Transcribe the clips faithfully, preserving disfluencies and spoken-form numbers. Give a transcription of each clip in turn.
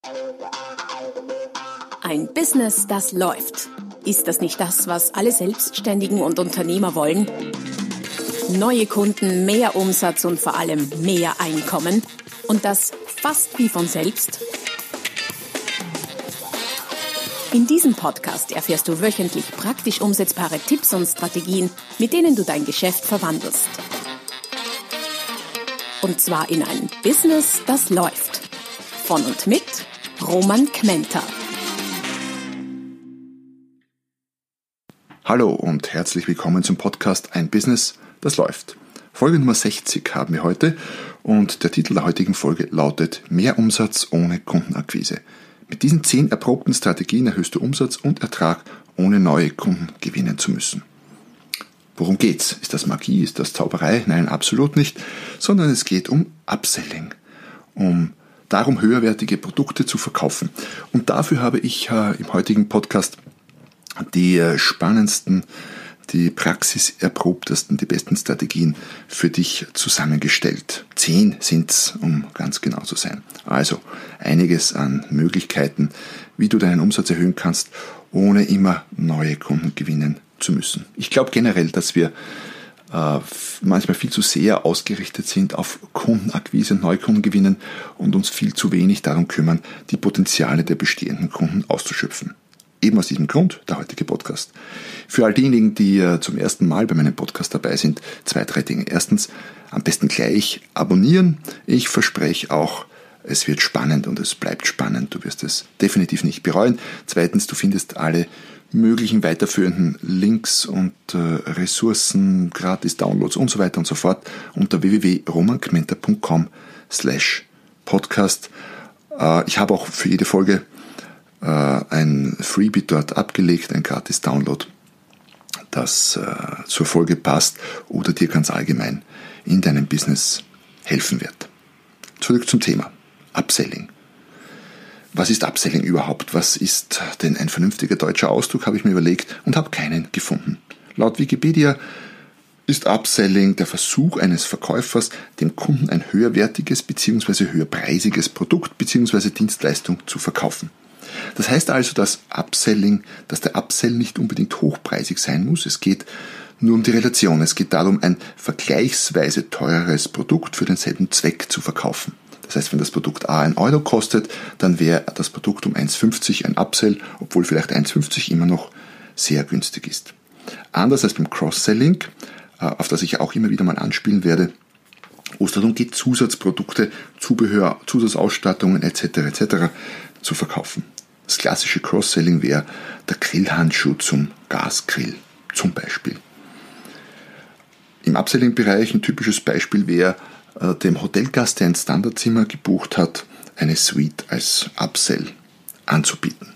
Ein Business, das läuft. Ist das nicht das, was alle Selbstständigen und Unternehmer wollen? Neue Kunden, mehr Umsatz und vor allem mehr Einkommen. Und das fast wie von selbst? In diesem Podcast erfährst du wöchentlich praktisch umsetzbare Tipps und Strategien, mit denen du dein Geschäft verwandelst. Und zwar in ein Business, das läuft. Von und mit Roman Kmenter. Hallo und herzlich willkommen zum Podcast Ein Business, das läuft. Folge Nummer sechzig haben wir heute und der Titel der heutigen Folge lautet Mehr Umsatz ohne Kundenakquise. Mit diesen zehn erprobten Strategien erhöhst du Umsatz und Ertrag, ohne neue Kunden gewinnen zu müssen. Worum geht's? Ist das Magie? Ist das Zauberei? Nein, absolut nicht, sondern es geht um Upselling, um darum, höherwertige Produkte zu verkaufen. Und dafür habe ich äh, im heutigen Podcast die äh, spannendsten, die praxiserprobtesten, die besten Strategien für dich zusammengestellt. Zehn sind's, um ganz genau zu sein. Also einiges an Möglichkeiten, wie du deinen Umsatz erhöhen kannst, ohne immer neue Kunden gewinnen zu müssen. Ich glaube generell, dass wir äh, manchmal viel zu sehr ausgerichtet sind auf Kundenakquise und Neukundengewinnen und uns viel zu wenig darum kümmern, die Potenziale der bestehenden Kunden auszuschöpfen. Eben aus diesem Grund der heutige Podcast. Für all diejenigen, die äh, zum ersten Mal bei meinem Podcast dabei sind, zwei, drei Dinge. Erstens, am besten gleich abonnieren. Ich verspreche auch, es wird spannend und es bleibt spannend. Du wirst es definitiv nicht bereuen. Zweitens, du findest alle möglichen weiterführenden Links und äh, Ressourcen, gratis Downloads und so weiter und so fort unter w w w punkt roman kmenter punkt com slash podcast. Äh, ich habe auch für jede Folge äh, ein Freebie dort abgelegt, ein gratis Download, das äh, zur Folge passt oder dir ganz allgemein in deinem Business helfen wird. Zurück zum Thema Upselling. Was ist Upselling überhaupt? Was ist denn ein vernünftiger deutscher Ausdruck, habe ich mir überlegt und habe keinen gefunden. Laut Wikipedia ist Upselling der Versuch eines Verkäufers, dem Kunden ein höherwertiges bzw. höherpreisiges Produkt bzw. Dienstleistung zu verkaufen. Das heißt also, dass Upselling, dass der Upsell nicht unbedingt hochpreisig sein muss. Es geht nur um die Relation. Es geht darum, ein vergleichsweise teureres Produkt für denselben Zweck zu verkaufen. Das heißt, wenn das Produkt A ein Euro kostet, dann wäre das Produkt um eins fünfzig ein Upsell, obwohl vielleicht eins fünfzig immer noch sehr günstig ist. Anders als beim Cross-Selling, auf das ich auch immer wieder mal anspielen werde, wo es darum geht, Zusatzprodukte, Zubehör, Zusatzausstattungen et cetera et cetera zu verkaufen. Das klassische Cross-Selling wäre der Grillhandschuh zum Gasgrill zum Beispiel. Im Upselling-Bereich ein typisches Beispiel wäre, dem Hotelgast, der ein Standardzimmer gebucht hat, eine Suite als Upsell anzubieten.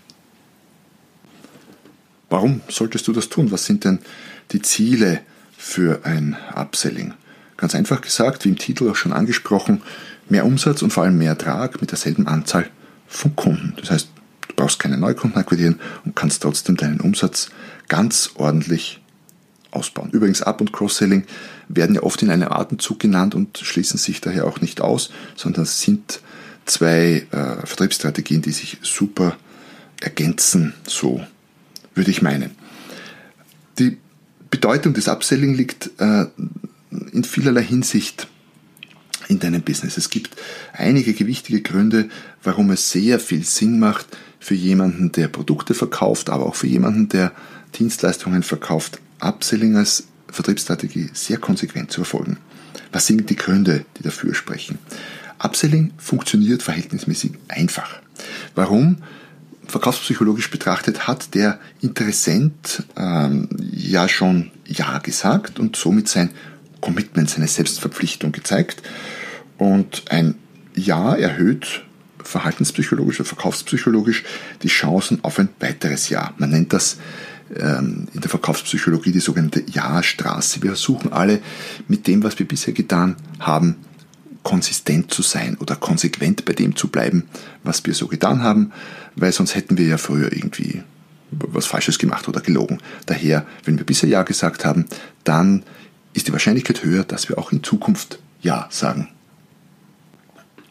Warum solltest du das tun? Was sind denn die Ziele für ein Upselling? Ganz einfach gesagt, wie im Titel auch schon angesprochen, mehr Umsatz und vor allem mehr Ertrag mit derselben Anzahl von Kunden. Das heißt, du brauchst keine Neukunden akquirieren und kannst trotzdem deinen Umsatz ganz ordentlich ausbauen. Übrigens, Up- und Cross-Selling werden ja oft in einem Atemzug genannt und schließen sich daher auch nicht aus, sondern es sind zwei äh, Vertriebsstrategien, die sich super ergänzen, so würde ich meinen. Die Bedeutung des Upselling liegt äh, in vielerlei Hinsicht in deinem Business. Es gibt einige gewichtige Gründe, warum es sehr viel Sinn macht, für jemanden, der Produkte verkauft, aber auch für jemanden, der Dienstleistungen verkauft, Upselling als Vertriebsstrategie sehr konsequent zu verfolgen. Was sind die Gründe, die dafür sprechen? Upselling funktioniert verhältnismäßig einfach. Warum? Verkaufspsychologisch betrachtet hat der Interessent ähm, ja schon Ja gesagt und somit sein Commitment, seine Selbstverpflichtung gezeigt. Und ein Ja erhöht verhaltenspsychologisch oder verkaufspsychologisch die Chancen auf ein weiteres Ja. Man nennt das in der Verkaufspsychologie die sogenannte Ja-Straße. Wir versuchen alle mit dem, was wir bisher getan haben, konsistent zu sein oder konsequent bei dem zu bleiben, was wir so getan haben, weil sonst hätten wir ja früher irgendwie was Falsches gemacht oder gelogen. Daher, wenn wir bisher Ja gesagt haben, dann ist die Wahrscheinlichkeit höher, dass wir auch in Zukunft Ja sagen. Ein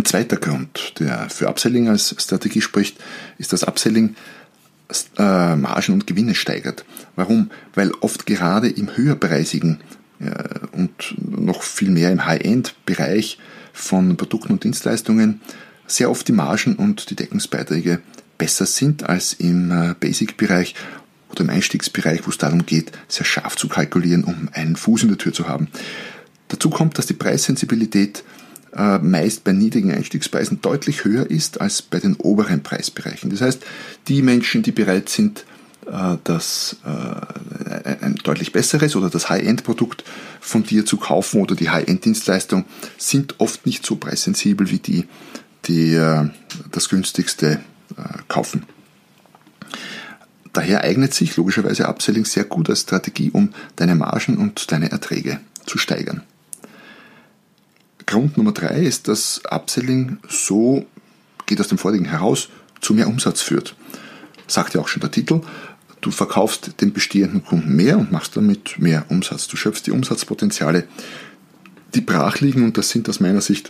zweiter Grund, der für Upselling als Strategie spricht, ist, dass Upselling äh, Margen und Gewinne steigert. Warum? Weil oft gerade im höherpreisigen äh, und noch viel mehr im High-End-Bereich von Produkten und Dienstleistungen sehr oft die Margen und die Deckungsbeiträge besser sind als im äh, Basic-Bereich oder im Einstiegsbereich, wo es darum geht, sehr scharf zu kalkulieren, um einen Fuß in der Tür zu haben. Dazu kommt, dass die Preissensibilität äh, meist bei niedrigen Einstiegspreisen deutlich höher ist als bei den oberen Preisbereichen. Das heißt, die Menschen, die bereit sind, äh, das äh, ein deutlich besseres oder das High-End-Produkt von dir zu kaufen oder die High-End-Dienstleistung, sind oft nicht so preissensibel wie die, die äh, das günstigste äh, kaufen. Daher eignet sich logischerweise Upselling sehr gut als Strategie, um deine Margen und deine Erträge zu steigern. Grund Nummer drei ist, dass Upselling, so geht aus dem Vorigen heraus, zu mehr Umsatz führt. Sagt ja auch schon der Titel, du verkaufst den bestehenden Kunden mehr und machst damit mehr Umsatz. Du schöpfst die Umsatzpotenziale, die brach liegen, und das sind aus meiner Sicht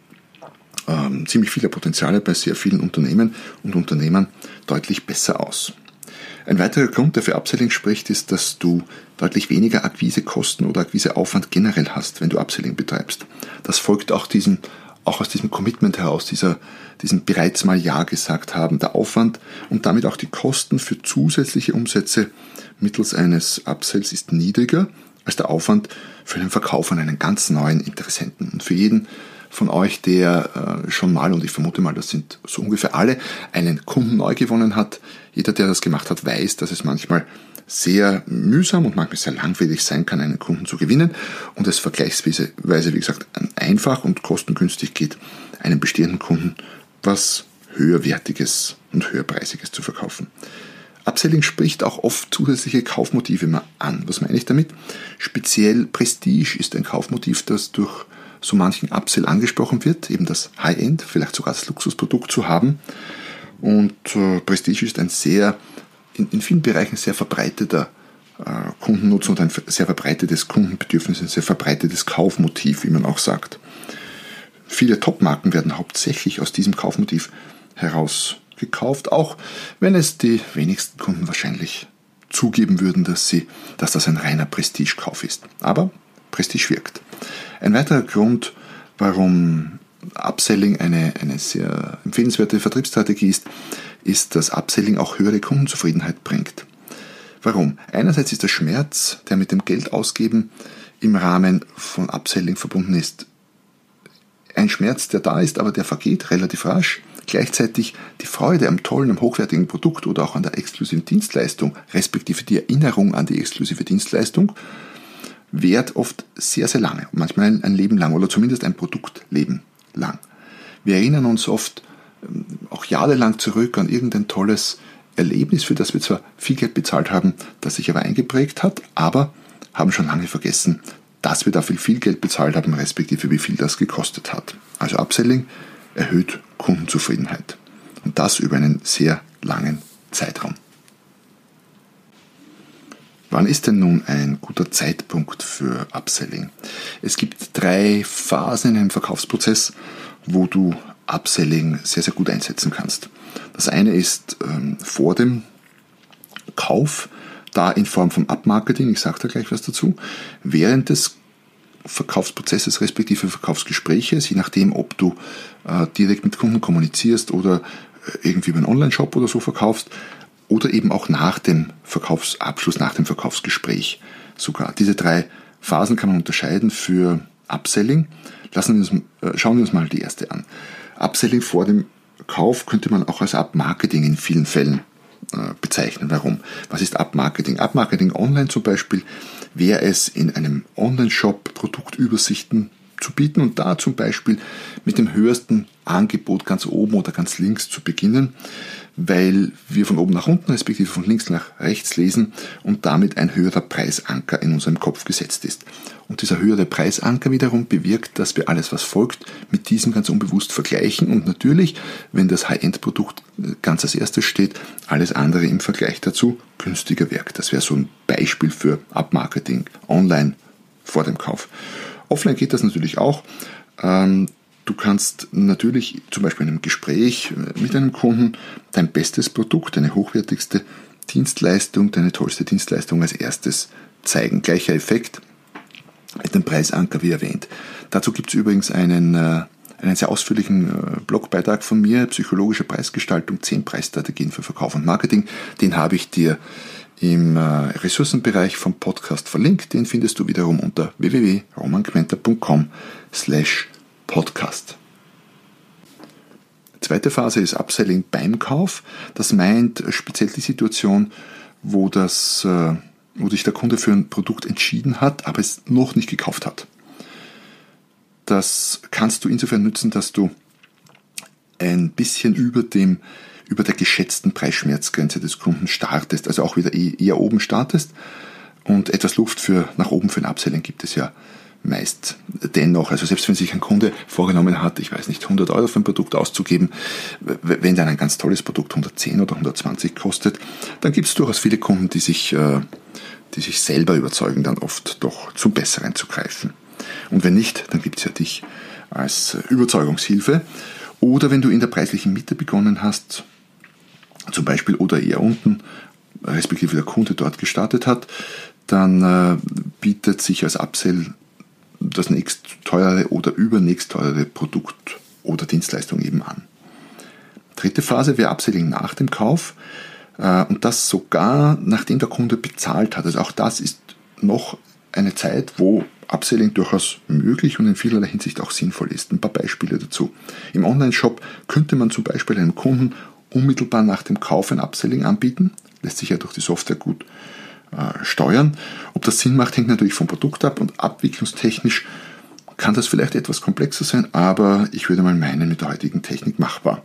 ähm, ziemlich viele Potenziale bei sehr vielen Unternehmen und Unternehmern deutlich besser aus. Ein weiterer Grund, der für Upselling spricht, ist, dass du deutlich weniger Akquisekosten oder Akquiseaufwand generell hast, wenn du Upselling betreibst. Das folgt auch diesem, auch aus diesem Commitment heraus, dieser, diesem bereits mal Ja gesagt haben. Der Aufwand und damit auch die Kosten für zusätzliche Umsätze mittels eines Upsells ist niedriger als der Aufwand für den Verkauf an einen ganz neuen Interessenten. Und für jeden von euch, der äh, schon mal, und ich vermute mal, das sind so ungefähr alle, einen Kunden neu gewonnen hat, jeder, der das gemacht hat, weiß, dass es manchmal sehr mühsam und manchmal sehr langwierig sein kann, einen Kunden zu gewinnen, und es vergleichsweise, wie gesagt, einfach und kostengünstig geht, einen bestehenden Kunden was höherwertiges und höherpreisiges zu verkaufen. Upselling spricht auch oft zusätzliche Kaufmotive mal an. Was meine ich damit? Speziell Prestige ist ein Kaufmotiv, das durch so manchen Upsell angesprochen wird, eben das High-End, vielleicht sogar das Luxusprodukt zu haben. Und äh, Prestige ist ein sehr, in, in vielen Bereichen sehr verbreiteter äh, Kundennutzen und ein sehr verbreitetes Kundenbedürfnis, ein sehr verbreitetes Kaufmotiv, wie man auch sagt. Viele Top-Marken werden hauptsächlich aus diesem Kaufmotiv heraus gekauft, auch wenn es die wenigsten Kunden wahrscheinlich zugeben würden, dass sie, dass das ein reiner Prestigekauf ist. Aber Prestige wirkt. Ein weiterer Grund, warum Upselling eine, eine sehr empfehlenswerte Vertriebsstrategie ist, ist, dass Upselling auch höhere Kundenzufriedenheit bringt. Warum? Einerseits ist der Schmerz, der mit dem Geldausgeben im Rahmen von Upselling verbunden ist, ein Schmerz, der da ist, aber der vergeht relativ rasch. Gleichzeitig die Freude am tollen, am hochwertigen Produkt oder auch an der exklusiven Dienstleistung, respektive die Erinnerung an die exklusive Dienstleistung, währt oft sehr, sehr lange, manchmal ein, ein Leben lang oder zumindest ein Produktleben lang. Wir erinnern uns oft ähm, auch jahrelang zurück an irgendein tolles Erlebnis, für das wir zwar viel Geld bezahlt haben, das sich aber eingeprägt hat, aber haben schon lange vergessen, dass wir dafür viel Geld bezahlt haben, respektive wie viel das gekostet hat. Also Upselling erhöht Kundenzufriedenheit. Und das über einen sehr langen Zeitraum. Wann ist denn nun ein guter Zeitpunkt für Upselling? Es gibt drei Phasen in einem Verkaufsprozess, wo du Upselling sehr, sehr gut einsetzen kannst. Das eine ist ähm, vor dem Kauf, da in Form von Upmarketing, ich sage da gleich was dazu, während des Verkaufsprozesses respektive Verkaufsgespräches, je nachdem, ob du äh, direkt mit Kunden kommunizierst oder äh, irgendwie über einen Online-Shop oder so verkaufst, oder eben auch nach dem Verkaufsabschluss, nach dem Verkaufsgespräch sogar. Diese drei Phasen kann man unterscheiden für Upselling. Lassen wir uns, äh, schauen wir uns mal die erste an. Upselling vor dem Kauf könnte man auch als Upmarketing in vielen Fällen äh, bezeichnen. Warum? Was ist Upmarketing? Upmarketing online zum Beispiel wäre es, in einem Online-Shop Produktübersichten zu bieten und da zum Beispiel mit dem höchsten Angebot ganz oben oder ganz links zu beginnen, weil wir von oben nach unten, respektive von links nach rechts lesen und damit ein höherer Preisanker in unserem Kopf gesetzt ist. Und dieser höhere Preisanker wiederum bewirkt, dass wir alles, was folgt, mit diesem ganz unbewusst vergleichen und natürlich, wenn das High-End-Produkt ganz als erstes steht, alles andere im Vergleich dazu günstiger wirkt. Das wäre so ein Beispiel für Upmarketing online vor dem Kauf. Offline geht das natürlich auch. Ähm, Du kannst natürlich zum Beispiel in einem Gespräch mit einem Kunden dein bestes Produkt, deine hochwertigste Dienstleistung, deine tollste Dienstleistung als erstes zeigen. Gleicher Effekt mit dem Preisanker wie erwähnt. Dazu gibt es übrigens einen, einen sehr ausführlichen Blogbeitrag von mir, Psychologische Preisgestaltung, zehn Preisstrategien für Verkauf und Marketing. Den habe ich dir im Ressourcenbereich vom Podcast verlinkt. Den findest du wiederum unter w w w punkt roman gmenter punkt com slash podcast. Zweite Phase ist Upselling beim Kauf. Das meint speziell die Situation, wo, das, wo sich der Kunde für ein Produkt entschieden hat, aber es noch nicht gekauft hat. Das kannst du insofern nutzen, dass du ein bisschen über dem, über der geschätzten Preisschmerzgrenze des Kunden startest, also auch wieder eher oben startest, und etwas Luft für nach oben für ein Upselling gibt es ja meist dennoch. Also selbst wenn sich ein Kunde vorgenommen hat, ich weiß nicht, hundert Euro für ein Produkt auszugeben, wenn dann ein ganz tolles Produkt hundertzehn oder hundertzwanzig kostet, dann gibt es durchaus viele Kunden, die sich, die sich selber überzeugen, dann oft doch zum Besseren zu greifen. Und wenn nicht, dann gibt es ja dich als Überzeugungshilfe. Oder wenn du in der preislichen Mitte begonnen hast, zum Beispiel, oder eher unten, respektive der Kunde dort gestartet hat, dann äh, bietet sich als Upsell das nächstteurere oder übernächstteurere Produkt oder Dienstleistung eben an. Dritte Phase wäre Upselling nach dem Kauf, äh, und das sogar nachdem der Kunde bezahlt hat. Also auch das ist noch eine Zeit, wo Upselling durchaus möglich und in vielerlei Hinsicht auch sinnvoll ist. Ein paar Beispiele dazu. Im Online-Shop könnte man zum Beispiel einem Kunden unmittelbar nach dem Kauf ein Upselling anbieten. Lässt sich ja durch die Software gut äh, steuern. Ob das Sinn macht, hängt natürlich vom Produkt ab, und abwicklungstechnisch kann das vielleicht etwas komplexer sein, aber ich würde mal meinen, mit der heutigen Technik machbar.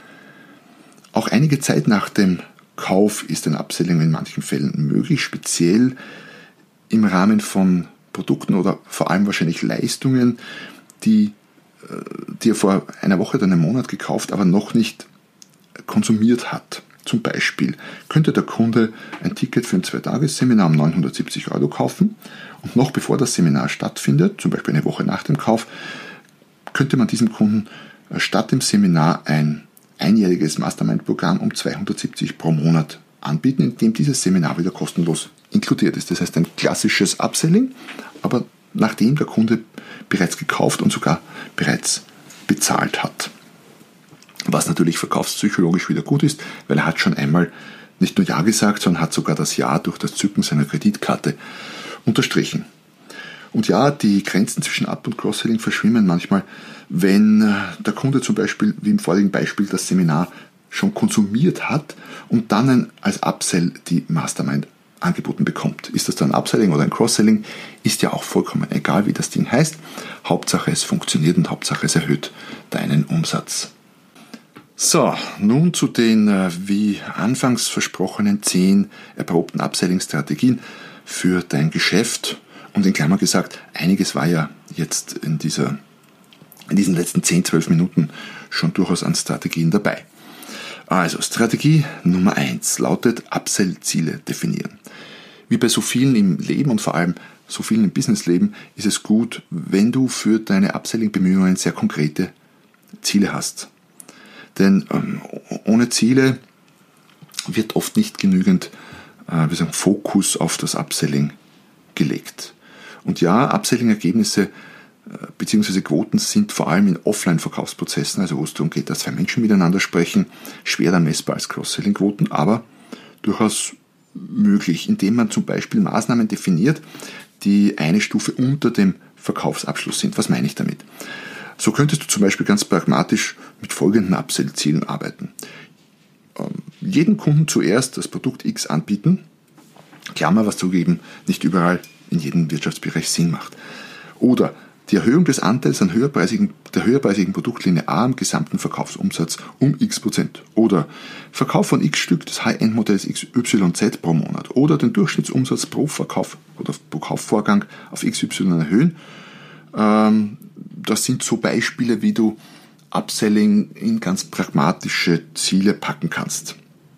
Auch einige Zeit nach dem Kauf ist ein Upselling in manchen Fällen möglich, speziell im Rahmen von Produkten oder vor allem wahrscheinlich Leistungen, die, die er vor einer Woche oder einem Monat gekauft, aber noch nicht konsumiert hat. Zum Beispiel könnte der Kunde ein Ticket für ein Zwei-Tages-Seminar um neunhundertsiebzig Euro kaufen, und noch bevor das Seminar stattfindet, zum Beispiel eine Woche nach dem Kauf, könnte man diesem Kunden statt dem Seminar ein einjähriges Mastermind-Programm um zweihundertsiebzig pro Monat anbieten, in dem dieses Seminar wieder kostenlos inkludiert ist. Das heißt ein klassisches Upselling, aber nachdem der Kunde bereits gekauft und sogar bereits bezahlt hat. Was natürlich verkaufspsychologisch wieder gut ist, weil er hat schon einmal nicht nur Ja gesagt, sondern hat sogar das Ja durch das Zücken seiner Kreditkarte unterstrichen. Und ja, die Grenzen zwischen Up- und Cross-Selling verschwimmen manchmal, wenn der Kunde zum Beispiel, wie im vorigen Beispiel, das Seminar schon konsumiert hat und dann als Upsell die Mastermind angeboten bekommt. Ist das dann Upselling oder ein Cross-Selling? Ist ja auch vollkommen egal, wie das Ding heißt. Hauptsache es funktioniert und Hauptsache es erhöht deinen Umsatz. So, nun zu den, wie anfangs versprochenen, zehn erprobten Upselling-Strategien für dein Geschäft. Und in Klammer gesagt, einiges war ja jetzt in, dieser, in diesen letzten zehn, zwölf Minuten schon durchaus an Strategien dabei. Also, Strategie Nummer eins lautet Upsell-Ziele definieren. Wie bei so vielen im Leben und vor allem so vielen im Businessleben ist es gut, wenn du für deine Upselling-Bemühungen sehr konkrete Ziele hast. Denn ähm, ohne Ziele wird oft nicht genügend äh, wir sagen, Fokus auf das Upselling gelegt. Und ja, Upselling-Ergebnisse bzw. Quoten sind vor allem in Offline-Verkaufsprozessen, also wo es darum geht, dass zwei Menschen miteinander sprechen, schwerer messbar als Cross-Selling-Quoten, aber durchaus möglich, indem man zum Beispiel Maßnahmen definiert, die eine Stufe unter dem Verkaufsabschluss sind. Was meine ich damit? So könntest du zum Beispiel ganz pragmatisch mit folgenden Upsell-Zielen arbeiten. Ähm, jedem Kunden zuerst das Produkt X anbieten, Klammer, was zugeben, nicht überall in jedem Wirtschaftsbereich Sinn macht. Oder die Erhöhung des Anteils an höherpreisigen, der höherpreisigen Produktlinie A am gesamten Verkaufsumsatz um x Prozent. Oder Verkauf von x Stück des High-End-Modells X Y Z pro Monat. Oder den Durchschnittsumsatz pro Verkauf oder pro Kaufvorgang auf X Y erhöhen. Ähm, das sind so Beispiele, wie du Upselling in ganz pragmatische Ziele packen kannst.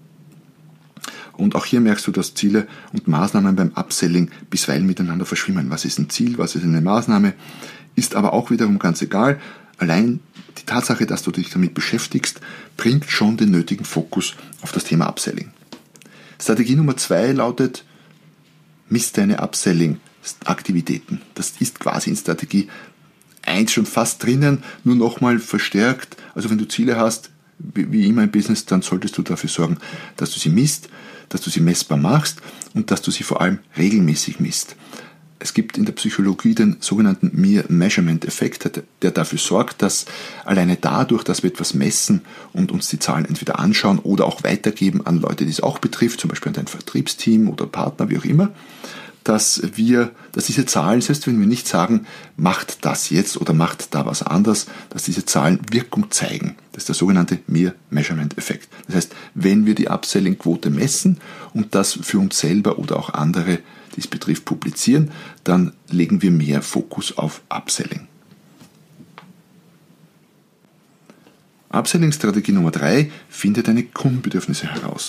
Und auch hier merkst du, dass Ziele und Maßnahmen beim Upselling bisweilen miteinander verschwimmen. Was ist ein Ziel, was ist eine Maßnahme, ist aber auch wiederum ganz egal. Allein die Tatsache, dass du dich damit beschäftigst, bringt schon den nötigen Fokus auf das Thema Upselling. Strategie Nummer zwei lautet, miss deine Upselling-Aktivitäten. Das ist quasi in Strategie eins schon fast drinnen, nur nochmal verstärkt. Also wenn du Ziele hast, wie immer im Business, dann solltest du dafür sorgen, dass du sie misst, dass du sie messbar machst und dass du sie vor allem regelmäßig misst. Es gibt in der Psychologie den sogenannten Mere-Measurement-Effekt, der dafür sorgt, dass alleine dadurch, dass wir etwas messen und uns die Zahlen entweder anschauen oder auch weitergeben an Leute, die es auch betrifft, zum Beispiel an dein Vertriebsteam oder Partner, wie auch immer, dass wir, dass diese Zahlen, selbst wenn wir nicht sagen, macht das jetzt oder macht da was anders, dass diese Zahlen Wirkung zeigen. Das ist der sogenannte Mere-Measurement-Effekt. Das heißt, wenn wir die Upselling-Quote messen und das für uns selber oder auch andere, die es betrifft, publizieren, dann legen wir mehr Fokus auf Upselling. Upselling-Strategie Nummer drei, finde deine Kundenbedürfnisse heraus.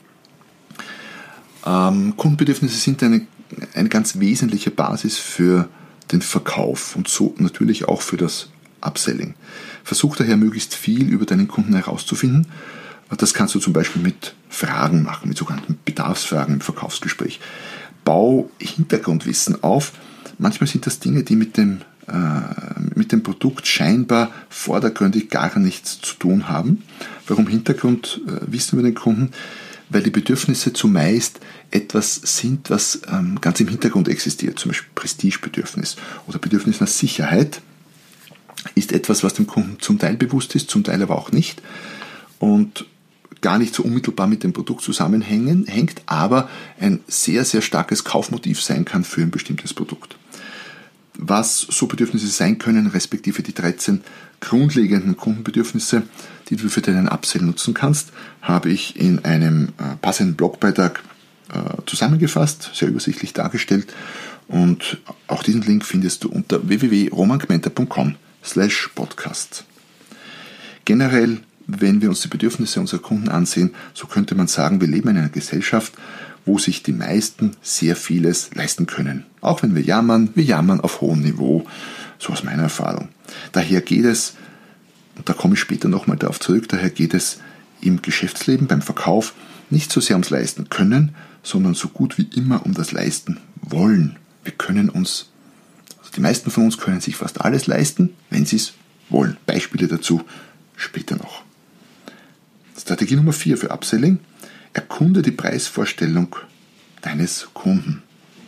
Ähm, Kundenbedürfnisse sind eine, eine ganz wesentliche Basis für den Verkauf und so natürlich auch für das Upselling. Versuch daher möglichst viel über deinen Kunden herauszufinden. Das kannst du zum Beispiel mit Fragen machen, mit sogenannten Bedarfsfragen im Verkaufsgespräch. Bau Hintergrundwissen auf. Manchmal sind das Dinge, die mit dem, äh, mit dem Produkt scheinbar vordergründig gar nichts zu tun haben. Warum Hintergrundwissen über den Kunden? Weil die Bedürfnisse zumeist etwas sind, was ähm, ganz im Hintergrund existiert. Zum Beispiel Prestigebedürfnis oder Bedürfnis nach Sicherheit ist etwas, was dem Kunden zum Teil bewusst ist, zum Teil aber auch nicht. Und gar nicht so unmittelbar mit dem Produkt zusammenhängen, hängt, aber ein sehr, sehr starkes Kaufmotiv sein kann für ein bestimmtes Produkt. Was so Bedürfnisse sein können, respektive die dreizehn grundlegenden Kundenbedürfnisse, die du für deinen Upsell nutzen kannst, habe ich in einem äh, passenden Blogbeitrag äh, zusammengefasst, sehr übersichtlich dargestellt, und auch diesen Link findest du unter w w w punkt roman gmenta punkt com slash podcast. Generell, wenn wir uns die Bedürfnisse unserer Kunden ansehen, so könnte man sagen, wir leben in einer Gesellschaft, wo sich die meisten sehr vieles leisten können. Auch wenn wir jammern, wir jammern auf hohem Niveau, so aus meiner Erfahrung. Daher geht es, und da komme ich später nochmal darauf zurück, daher geht es im Geschäftsleben, beim Verkauf, nicht so sehr ums Leisten können, sondern so gut wie immer um das Leisten wollen. Wir können uns, also die meisten von uns können sich fast alles leisten, wenn sie es wollen. Beispiele dazu später noch. Strategie Nummer vier für Upselling: Erkunde die Preisvorstellung deines Kunden.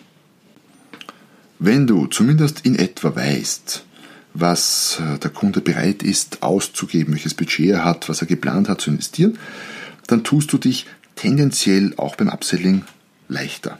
Wenn du zumindest in etwa weißt, was der Kunde bereit ist auszugeben, welches Budget er hat, was er geplant hat zu investieren, dann tust du dich tendenziell auch beim Upselling leichter.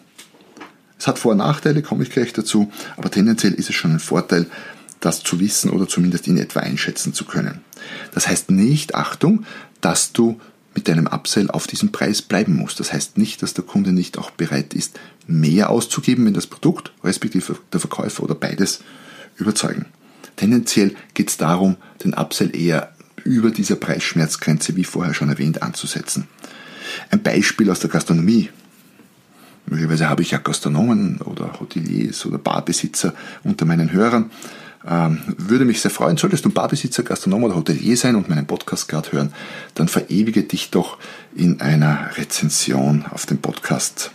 Es hat Vor- und Nachteile, komme ich gleich dazu, aber tendenziell ist es schon ein Vorteil, das zu wissen oder zumindest in etwa einschätzen zu können. Das heißt nicht, Achtung, dass du mit deinem Upsell auf diesem Preis bleiben musst. Das heißt nicht, dass der Kunde nicht auch bereit ist, mehr auszugeben, wenn das Produkt, respektive der Verkäufer oder beides überzeugen. Tendenziell geht es darum, den Upsell eher über dieser Preisschmerzgrenze, wie vorher schon erwähnt, anzusetzen. Ein Beispiel aus der Gastronomie. Möglicherweise habe ich ja Gastronomen oder Hoteliers oder Barbesitzer unter meinen Hörern. Ähm, würde mich sehr freuen, solltest du Barbesitzer, Gastronom oder Hotelier sein und meinen Podcast gerade hören, dann verewige dich doch in einer Rezension auf dem Podcast.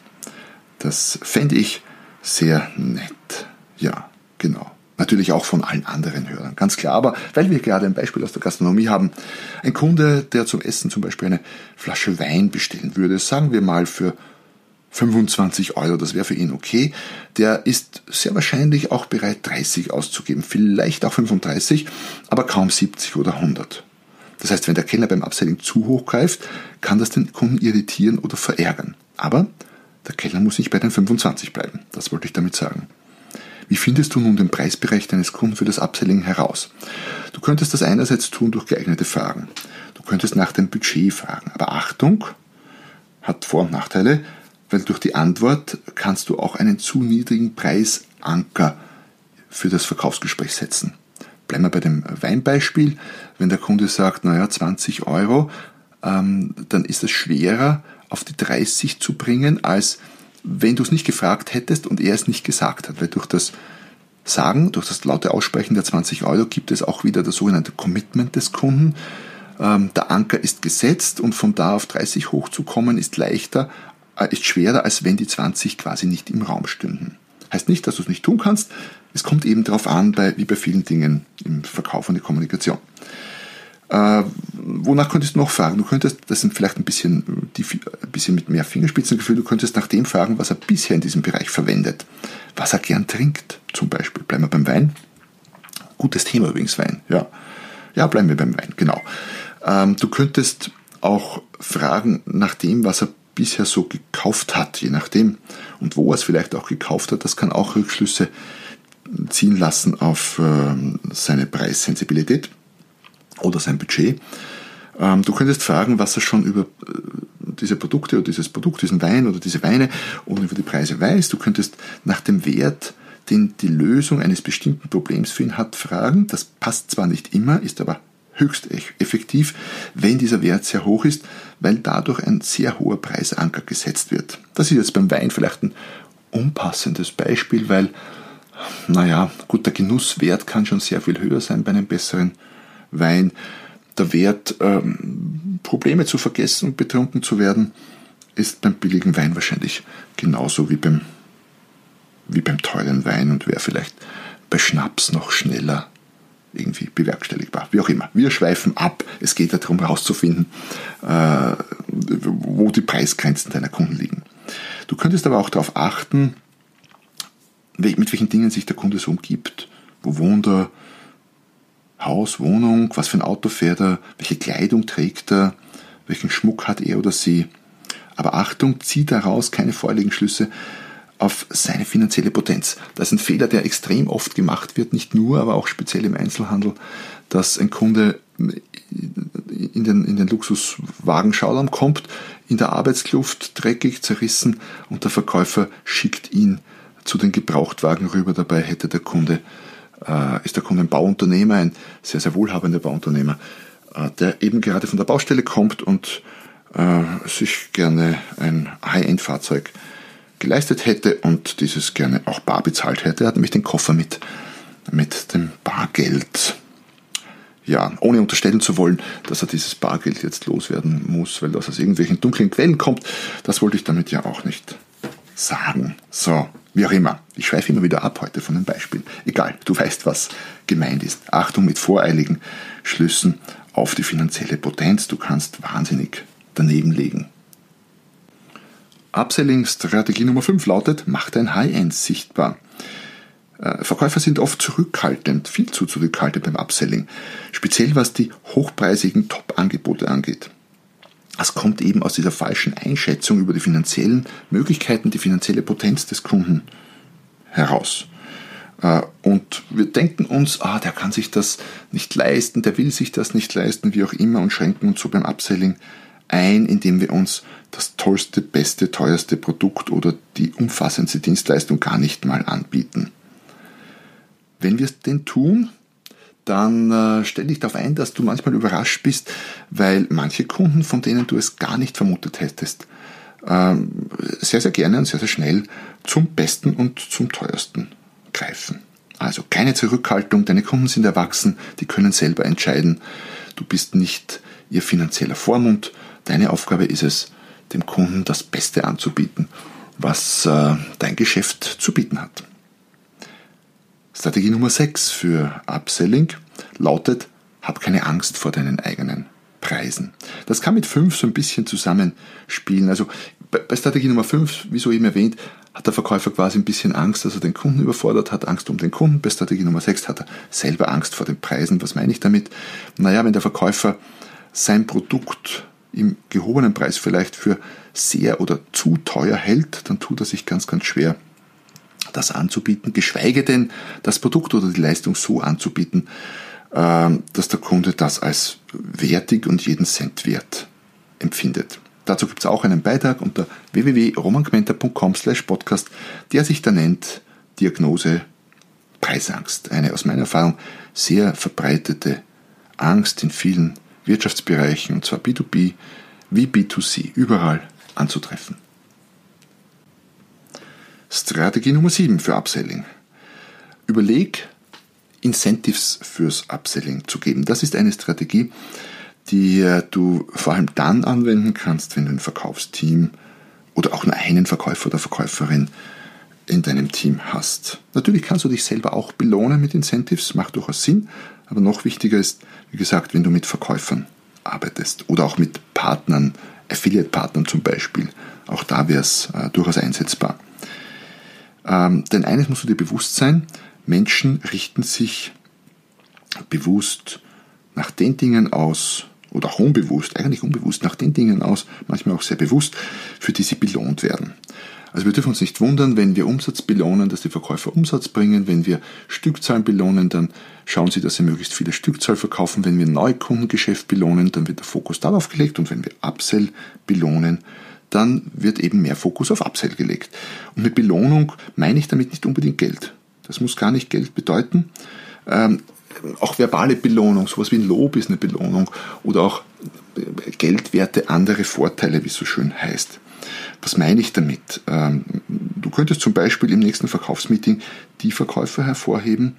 Das fände ich sehr nett. Ja, genau. Natürlich auch von allen anderen Hörern, ganz klar. Aber weil wir gerade ein Beispiel aus der Gastronomie haben, ein Kunde, der zum Essen zum Beispiel eine Flasche Wein bestellen würde, sagen wir mal für fünfundzwanzig Euro, das wäre für ihn okay, der ist sehr wahrscheinlich auch bereit, dreißig auszugeben, vielleicht auch fünfunddreißig, aber kaum siebzig oder hundert. Das heißt, wenn der Kellner beim Upselling zu hoch greift, kann das den Kunden irritieren oder verärgern. Aber der Kellner muss nicht bei den fünfundzwanzig bleiben, das wollte ich damit sagen. Wie findest du nun den Preisbereich deines Kunden für das Upselling heraus? Du könntest das einerseits tun durch geeignete Fragen. Du könntest nach dem Budget fragen. Aber Achtung, hat Vor- und Nachteile, weil durch die Antwort kannst du auch einen zu niedrigen Preisanker für das Verkaufsgespräch setzen. Bleiben wir bei dem Weinbeispiel. Wenn der Kunde sagt, naja, zwanzig Euro, ähm, dann ist es schwerer, auf die dreißig zu bringen, als wenn du es nicht gefragt hättest und er es nicht gesagt hat. Weil durch das sagen, durch das laute Aussprechen der zwanzig Euro gibt es auch wieder das sogenannte Commitment des Kunden. Ähm, der Anker ist gesetzt und von da auf dreißig hochzukommen ist leichter, äh, ist schwerer, als wenn die zwanzig quasi nicht im Raum stünden. Heißt nicht, dass du es nicht tun kannst. Es kommt eben darauf an, bei, wie bei vielen Dingen im Verkauf und der Kommunikation. Äh, wonach könntest du noch fragen? Du könntest, das sind vielleicht ein bisschen, die, ein bisschen mit mehr Fingerspitzengefühl, du könntest nach dem fragen, was er bisher in diesem Bereich verwendet. Was er gern trinkt, zum Beispiel. Bleiben wir beim Wein. Gutes Thema übrigens, Wein. Ja, ja bleiben wir beim Wein, genau. Ähm, du könntest auch fragen nach dem, was er bisher so gekauft hat, je nachdem. Und wo er es vielleicht auch gekauft hat, das kann auch Rückschlüsse ziehen lassen auf ähm, seine Preissensibilität oder sein Budget. Ähm, du könntest fragen, was er schon über äh, diese Produkte oder dieses Produkt, diesen Wein oder diese Weine und über die Preise weiß. Du könntest nach dem Wert, den die Lösung eines bestimmten Problems für ihn hat, fragen. Das passt zwar nicht immer, ist aber höchst effektiv, wenn dieser Wert sehr hoch ist, weil dadurch ein sehr hoher Preisanker gesetzt wird. Das ist jetzt beim Wein vielleicht ein unpassendes Beispiel, weil, naja, gut, der Genusswert kann schon sehr viel höher sein bei einem besseren Wein. Der Wert, ähm, Probleme zu vergessen und betrunken zu werden, ist beim billigen Wein wahrscheinlich genauso wie beim, wie beim teuren Wein und wäre vielleicht bei Schnaps noch schneller irgendwie bewerkstelligbar. Wie auch immer. Wir schweifen ab. Es geht darum, herauszufinden, äh, wo die Preisgrenzen deiner Kunden liegen. Du könntest aber auch darauf achten, mit welchen Dingen sich der Kunde so umgibt. Wo wohnt er? Haus, Wohnung, was für ein Auto fährt er? Welche Kleidung trägt er? Welchen Schmuck hat er oder sie? Aber Achtung, zieh daraus keine vorherigen Schlüsse auf seine finanzielle Potenz. Das ist ein Fehler, der extrem oft gemacht wird, nicht nur, aber auch speziell im Einzelhandel, dass ein Kunde in den, in den Luxuswagen-Schauraum kommt, in der Arbeitskluft dreckig, zerrissen und der Verkäufer schickt ihn zu den Gebrauchtwagen rüber. Dabei hätte der Kunde, äh, ist der Kunde ein Bauunternehmer, ein sehr, sehr wohlhabender Bauunternehmer, äh, der eben gerade von der Baustelle kommt und äh, sich gerne ein High-End-Fahrzeug geleistet hätte und dieses gerne auch bar bezahlt hätte. Er hat nämlich den Koffer mit, mit dem Bargeld. Ja, ohne unterstellen zu wollen, dass er dieses Bargeld jetzt loswerden muss, weil das aus irgendwelchen dunklen Quellen kommt. Das wollte ich damit ja auch nicht sagen. So, wie auch immer. Ich schweife immer wieder ab heute von den Beispielen. Egal, du weißt, was gemeint ist. Achtung mit voreiligen Schlüssen auf die finanzielle Potenz. Du kannst wahnsinnig daneben liegen. Upselling-Strategie Nummer fünf lautet, mach dein High-End sichtbar. Äh, Verkäufer sind oft zurückhaltend, viel zu zurückhaltend beim Upselling, speziell was die hochpreisigen Top-Angebote angeht. Das kommt eben aus dieser falschen Einschätzung über die finanziellen Möglichkeiten, die finanzielle Potenz des Kunden heraus. Äh, und wir denken uns, ah, der kann sich das nicht leisten, der will sich das nicht leisten, wie auch immer, und schränken uns so beim Upselling ein, indem wir uns das tollste, beste, teuerste Produkt oder die umfassendste Dienstleistung gar nicht mal anbieten. Wenn wir es denn tun, dann äh, stell dich darauf ein, dass du manchmal überrascht bist, weil manche Kunden, von denen du es gar nicht vermutet hättest, äh, sehr, sehr gerne und sehr, sehr schnell zum Besten und zum Teuersten greifen. Also keine Zurückhaltung, deine Kunden sind erwachsen, die können selber entscheiden. Du bist nicht ihr finanzieller Vormund. Deine Aufgabe ist es, dem Kunden das Beste anzubieten, was äh, dein Geschäft zu bieten hat. Strategie Nummer sechs für Upselling lautet, hab keine Angst vor deinen eigenen Preisen. Das kann mit fünf so ein bisschen zusammenspielen. Also bei Strategie Nummer fünf, wie so eben erwähnt, hat der Verkäufer quasi ein bisschen Angst, dass er den Kunden überfordert, hat Angst um den Kunden. Bei Strategie Nummer sechs hat er selber Angst vor den Preisen. Was meine ich damit? Naja, wenn der Verkäufer sein Produkt im gehobenen Preis vielleicht für sehr oder zu teuer hält, dann tut er sich ganz, ganz schwer, das anzubieten, geschweige denn das Produkt oder die Leistung so anzubieten, dass der Kunde das als wertig und jeden Cent wert empfindet. Dazu gibt es auch einen Beitrag unter w w w punkt romangmenta punkt com slash podcast, der sich da nennt Diagnose Preisangst. Eine aus meiner Erfahrung sehr verbreitete Angst in vielen Wirtschaftsbereichen, und zwar B zwei B wie B zwei C, überall anzutreffen. Strategie Nummer sieben für Upselling. überleg, Incentives fürs Upselling zu geben. Das ist eine Strategie, die du vor allem dann anwenden kannst, wenn du ein Verkaufsteam oder auch nur einen Verkäufer oder Verkäuferin in deinem Team hast. Natürlich kannst du dich selber auch belohnen mit Incentives, macht durchaus Sinn, aber noch wichtiger ist, wie gesagt, wenn du mit Verkäufern arbeitest oder auch mit Partnern, Affiliate-Partnern zum Beispiel, auch da wäre es äh, durchaus einsetzbar. Ähm, denn eines musst du dir bewusst sein, Menschen richten sich bewusst nach den Dingen aus, oder auch unbewusst, eigentlich unbewusst, nach den Dingen aus, manchmal auch sehr bewusst, für die sie belohnt werden. Also wir dürfen uns nicht wundern, wenn wir Umsatz belohnen, dass die Verkäufer Umsatz bringen. Wenn wir Stückzahlen belohnen, dann schauen sie, dass sie möglichst viele Stückzahl verkaufen. Wenn wir Neukundengeschäft belohnen, dann wird der Fokus darauf gelegt. Und wenn wir Upsell belohnen, dann wird eben mehr Fokus auf Upsell gelegt. Und mit Belohnung meine ich damit nicht unbedingt Geld. Das muss gar nicht Geld bedeuten. Ähm, auch verbale Belohnung, sowas wie ein Lob ist eine Belohnung. Oder auch geldwerte andere Vorteile, wie es so schön heißt. Was meine ich damit? Du könntest zum Beispiel im nächsten Verkaufsmeeting die Verkäufer hervorheben,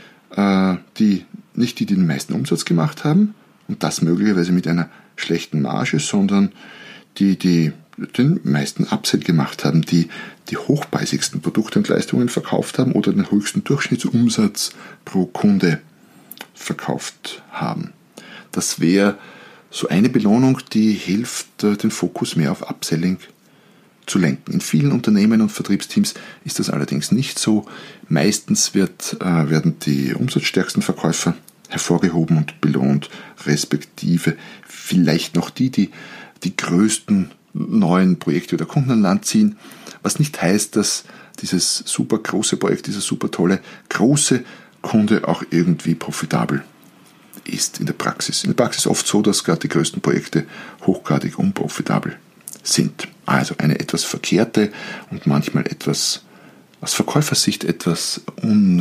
die nicht die, die den meisten Umsatz gemacht haben und das möglicherweise mit einer schlechten Marge, sondern die, die den meisten Upsell gemacht haben, die die hochpreisigsten Produkte und Leistungen verkauft haben oder den höchsten Durchschnittsumsatz pro Kunde verkauft haben. Das wäre so eine Belohnung, die hilft, den Fokus mehr auf Upselling zu lenken. In vielen Unternehmen und Vertriebsteams ist das allerdings nicht so. Meistens wird, äh, werden die umsatzstärksten Verkäufer hervorgehoben und belohnt, respektive vielleicht noch die, die die größten neuen Projekte oder Kunden an Land ziehen, was nicht heißt, dass dieses super große Projekt, dieser super tolle große Kunde auch irgendwie profitabel ist in der Praxis. In der Praxis oft so, dass gerade die größten Projekte hochgradig unprofitabel sind. Also eine etwas verkehrte und manchmal etwas, aus Verkäufersicht etwas un,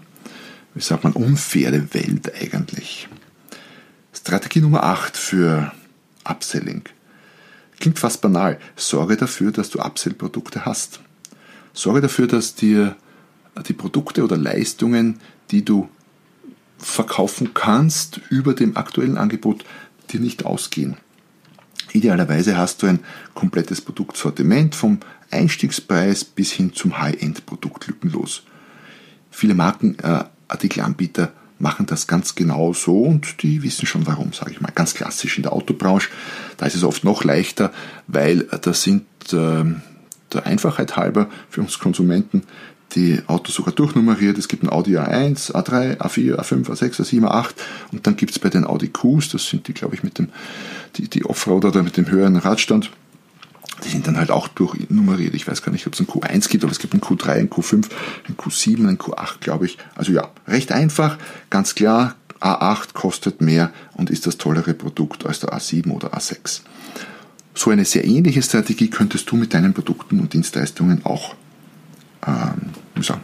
wie sagt man, unfaire Welt eigentlich. Strategie Nummer acht für Upselling. Klingt fast banal. Sorge dafür, dass du Upsell-Produkte hast. Sorge dafür, dass dir die Produkte oder Leistungen, die du verkaufen kannst, über dem aktuellen Angebot dir nicht ausgehen. Idealerweise hast du ein komplettes Produktsortiment vom Einstiegspreis bis hin zum High-End-Produkt lückenlos. Viele Markenartikelanbieter machen das ganz genau so und die wissen schon warum, sage ich mal. Ganz klassisch in der Autobranche, da ist es oft noch leichter, weil da sind äh, der Einfachheit halber für uns Konsumenten die Autos sogar durchnummeriert. Es gibt ein Audi A eins, A drei, A vier, A fünf, A sechs, A sieben, A acht und dann gibt es bei den Audi Qs, das sind die, glaube ich, mit dem die, die Offroader oder mit dem höheren Radstand, die sind dann halt auch durchnummeriert. Ich weiß gar nicht, ob es ein Q eins gibt, aber es gibt ein Q drei, ein Q fünf, ein Q sieben, ein Q acht, glaube ich. Also ja, recht einfach, ganz klar, A acht kostet mehr und ist das tollere Produkt als der A sieben oder A sechs. So eine sehr ähnliche Strategie könntest du mit deinen Produkten und Dienstleistungen auch ähm, wie sagen,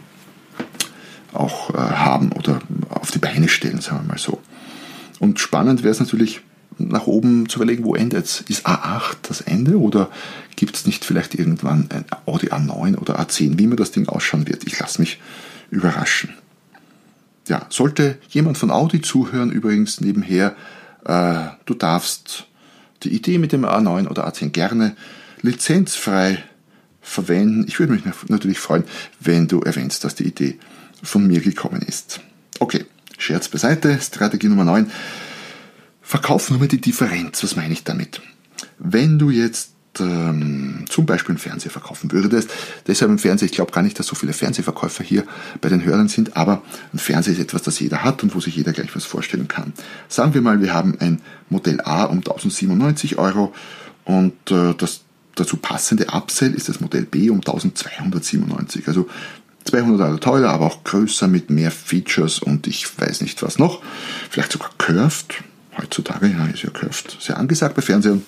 auch äh, haben oder auf die Beine stellen, sagen wir mal so. Und spannend wäre es natürlich, nach oben zu überlegen, wo endet es? Ist A acht das Ende oder gibt es nicht vielleicht irgendwann ein Audi A neun oder A zehn, wie immer das Ding ausschauen wird? Ich lasse mich überraschen. Ja, sollte jemand von Audi zuhören, übrigens nebenher, äh, du darfst die Idee mit dem A neun oder A zehn gerne lizenzfrei verwenden. Ich würde mich natürlich freuen, wenn du erwähnst, dass die Idee von mir gekommen ist. Okay, Scherz beiseite, Strategie Nummer neun. Verkauf nur mal die Differenz. Was meine ich damit? Wenn du jetzt ähm, zum Beispiel einen Fernseher verkaufen würdest, deshalb ein Fernseher, ich glaube gar nicht, dass so viele Fernsehverkäufer hier bei den Hörern sind, aber ein Fernseher ist etwas, das jeder hat und wo sich jeder gleich was vorstellen kann. Sagen wir mal, wir haben ein Modell A um tausendsiebenundneunzig Euro und äh, das dazu passende Upsell ist das Modell B um eintausendzweihundertsiebenundneunzig. Also zweihundert Euro teurer, aber auch größer mit mehr Features und ich weiß nicht was noch. Vielleicht sogar curved. Heutzutage ja, ist ja curved sehr angesagt bei Fernsehern.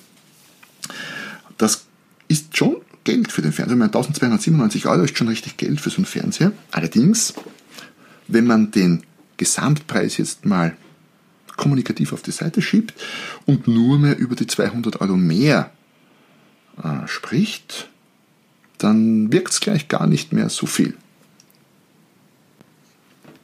Das ist schon Geld für den Fernseher. eintausendzweihundertsiebenundneunzig Euro ist schon richtig Geld für so einen Fernseher. Allerdings, wenn man den Gesamtpreis jetzt mal kommunikativ auf die Seite schiebt und nur mehr über die zweihundert Euro mehr äh, spricht, dann wirkt es gleich gar nicht mehr so viel.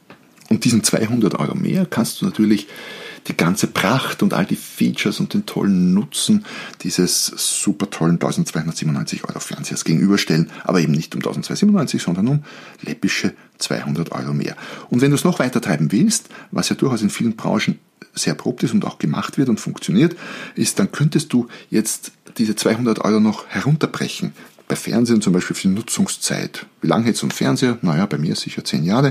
Und diesen zweihundert Euro mehr kannst du natürlich die ganze Pracht und all die Features und den tollen Nutzen dieses super tollen eintausendzweihundertsiebenundneunzig Euro Fernsehers gegenüberstellen, aber eben nicht um eintausendzweihundertsiebenundneunzig, sondern um läppische zweihundert Euro mehr. Und wenn du es noch weiter treiben willst, was ja durchaus in vielen Branchen sehr erprobt ist und auch gemacht wird und funktioniert, ist, dann könntest du jetzt diese zweihundert Euro noch herunterbrechen. Bei Fernsehen zum Beispiel für die Nutzungszeit. Wie lange hält so ein Fernseher? Naja, bei mir sicher zehn Jahre.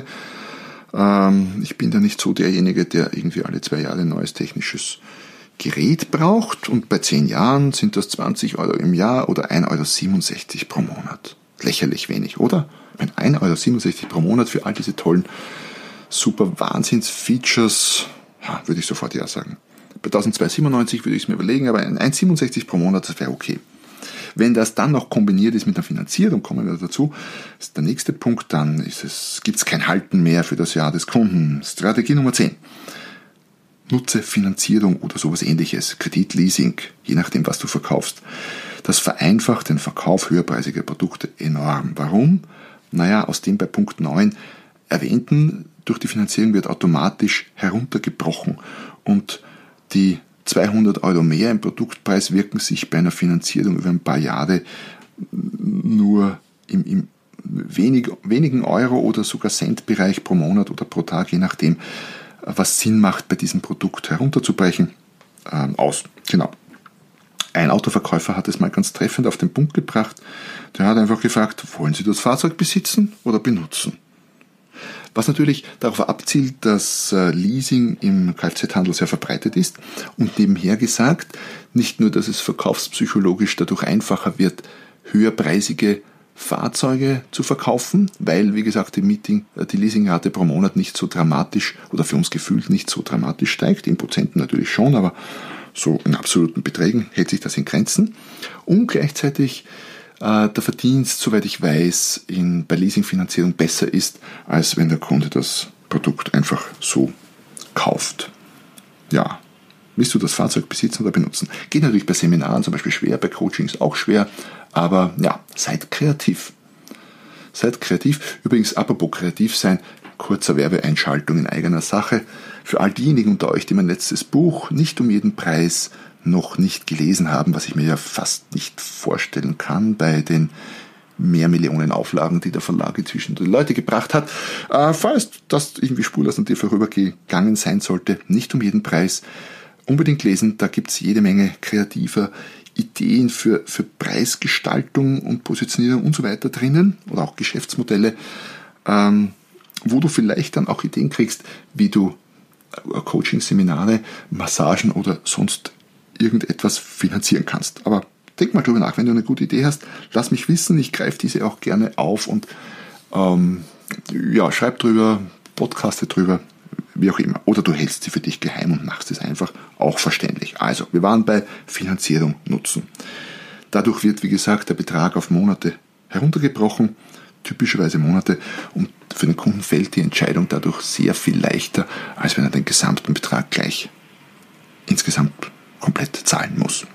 Ich bin da nicht so derjenige, der irgendwie alle zwei Jahre ein neues technisches Gerät braucht. Und bei zehn Jahren sind das zwanzig Euro im Jahr oder ein Euro siebenundsechzig pro Monat. Lächerlich wenig, oder? Wenn ein Euro siebenundsechzig pro Monat für all diese tollen, super Wahnsinns-Features, ja, würde ich sofort ja sagen. Bei eintausendzweihundertsiebenundneunzig würde ich es mir überlegen, aber ein euro siebenundsechzig pro Monat, das wäre okay. Wenn das dann noch kombiniert ist mit der Finanzierung, kommen wir dazu, ist der nächste Punkt, dann ist es, gibt es kein Halten mehr für das Jahr des Kunden. Strategie Nummer zehn. Nutze Finanzierung oder sowas ähnliches, Kredit, Leasing, je nachdem, was du verkaufst. Das vereinfacht den Verkauf höherpreisiger Produkte enorm. Warum? Naja, aus dem bei Punkt neun erwähnten, durch die Finanzierung wird automatisch heruntergebrochen und die zweihundert Euro mehr im Produktpreis wirken sich bei einer Finanzierung über ein paar Jahre nur im, im wenig, wenigen Euro oder sogar Centbereich pro Monat oder pro Tag, je nachdem, was Sinn macht, bei diesem Produkt herunterzubrechen, ähm, aus. Genau. Ein Autoverkäufer hat es mal ganz treffend auf den Punkt gebracht. Der hat einfach gefragt, wollen Sie das Fahrzeug besitzen oder benutzen? Was natürlich darauf abzielt, dass Leasing im Kfz-Handel sehr verbreitet ist und nebenher gesagt, nicht nur, dass es verkaufspsychologisch dadurch einfacher wird, höherpreisige Fahrzeuge zu verkaufen, weil, wie gesagt, die, Meeting, die Leasingrate pro Monat nicht so dramatisch oder für uns gefühlt nicht so dramatisch steigt, in Prozenten natürlich schon, aber so in absoluten Beträgen hält sich das in Grenzen. Und gleichzeitig der Verdienst, soweit ich weiß, in, bei Leasingfinanzierung besser ist, als wenn der Kunde das Produkt einfach so kauft. Ja, willst du das Fahrzeug besitzen oder benutzen? Geht natürlich bei Seminaren zum Beispiel schwer, bei Coachings auch schwer, aber ja, seid kreativ. Seid kreativ. Übrigens, apropos kreativ sein, kurzer Werbeeinschaltung in eigener Sache. Für all diejenigen unter euch, die mein letztes Buch nicht um jeden Preis noch nicht gelesen haben, was ich mir ja fast nicht vorstellen kann bei den mehr Millionen Auflagen, die der Verlag zwischen die Leute gebracht hat. Äh, falls das irgendwie spurlos an dir vorübergegangen sein sollte, nicht um jeden Preis, unbedingt lesen. Da gibt es jede Menge kreativer Ideen für, für Preisgestaltung und Positionierung und so weiter drinnen oder auch Geschäftsmodelle, ähm, wo du vielleicht dann auch Ideen kriegst, wie du Coaching-Seminare, Massagen oder sonst irgendetwas finanzieren kannst. Aber denk mal drüber nach, wenn du eine gute Idee hast, lass mich wissen, ich greife diese auch gerne auf und ähm, ja, schreib drüber, podcaste drüber, wie auch immer. Oder du hältst sie für dich geheim und machst es einfach auch verständlich. Also, wir waren bei Finanzierung nutzen. Dadurch wird, wie gesagt, der Betrag auf Monate heruntergebrochen, typischerweise Monate, und für den Kunden fällt die Entscheidung dadurch sehr viel leichter, als wenn er den gesamten Betrag gleich insgesamt komplett zahlen muss.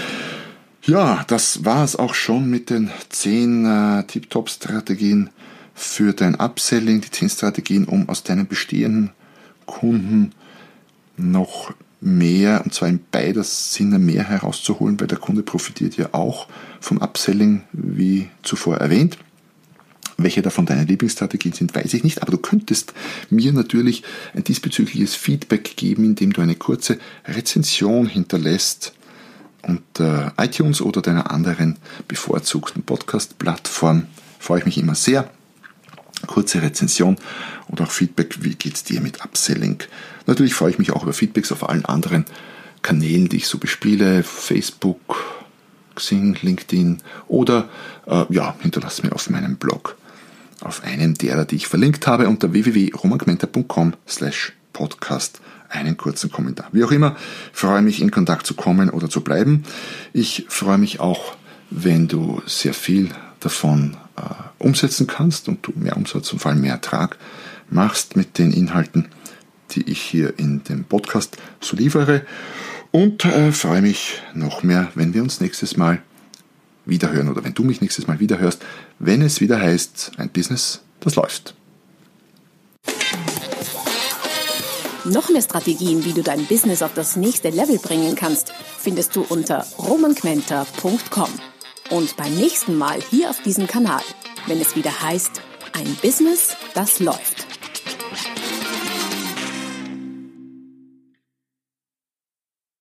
Ja, das war es auch schon mit den zehn äh, Tip-Top-Strategien für dein Upselling, die zehn Strategien, um aus deinen bestehenden Kunden noch mehr, und zwar in beider Sinne mehr herauszuholen, weil der Kunde profitiert ja auch vom Upselling, wie zuvor erwähnt. Welche davon deine Lieblingsstrategien sind, weiß ich nicht, aber du könntest mir natürlich ein diesbezügliches Feedback geben, indem du eine kurze Rezension hinterlässt unter iTunes oder deiner anderen bevorzugten Podcast-Plattform. Freue ich mich immer sehr. Kurze Rezension und auch Feedback, wie geht es dir mit Upselling. Natürlich freue ich mich auch über Feedbacks auf allen anderen Kanälen, die ich so bespiele, Facebook, Xing, LinkedIn oder äh, ja, hinterlass mir auf meinem Blog, auf einem derer, die ich verlinkt habe, unter w w w punkt romangmenta punkt com slash podcast einen kurzen Kommentar. Wie auch immer, freue mich, in Kontakt zu kommen oder zu bleiben. Ich freue mich auch, wenn du sehr viel davon äh, umsetzen kannst und du mehr Umsatz und vor allem mehr Ertrag machst mit den Inhalten, die ich hier in dem Podcast so liefere. Und äh, freue mich noch mehr, wenn wir uns nächstes Mal wiederhören oder wenn du mich nächstes Mal wiederhörst, wenn es wieder heißt, ein Business, das läuft. Noch mehr Strategien, wie du dein Business auf das nächste Level bringen kannst, findest du unter romanquenter punkt com. Und beim nächsten Mal hier auf diesem Kanal, wenn es wieder heißt, ein Business, das läuft.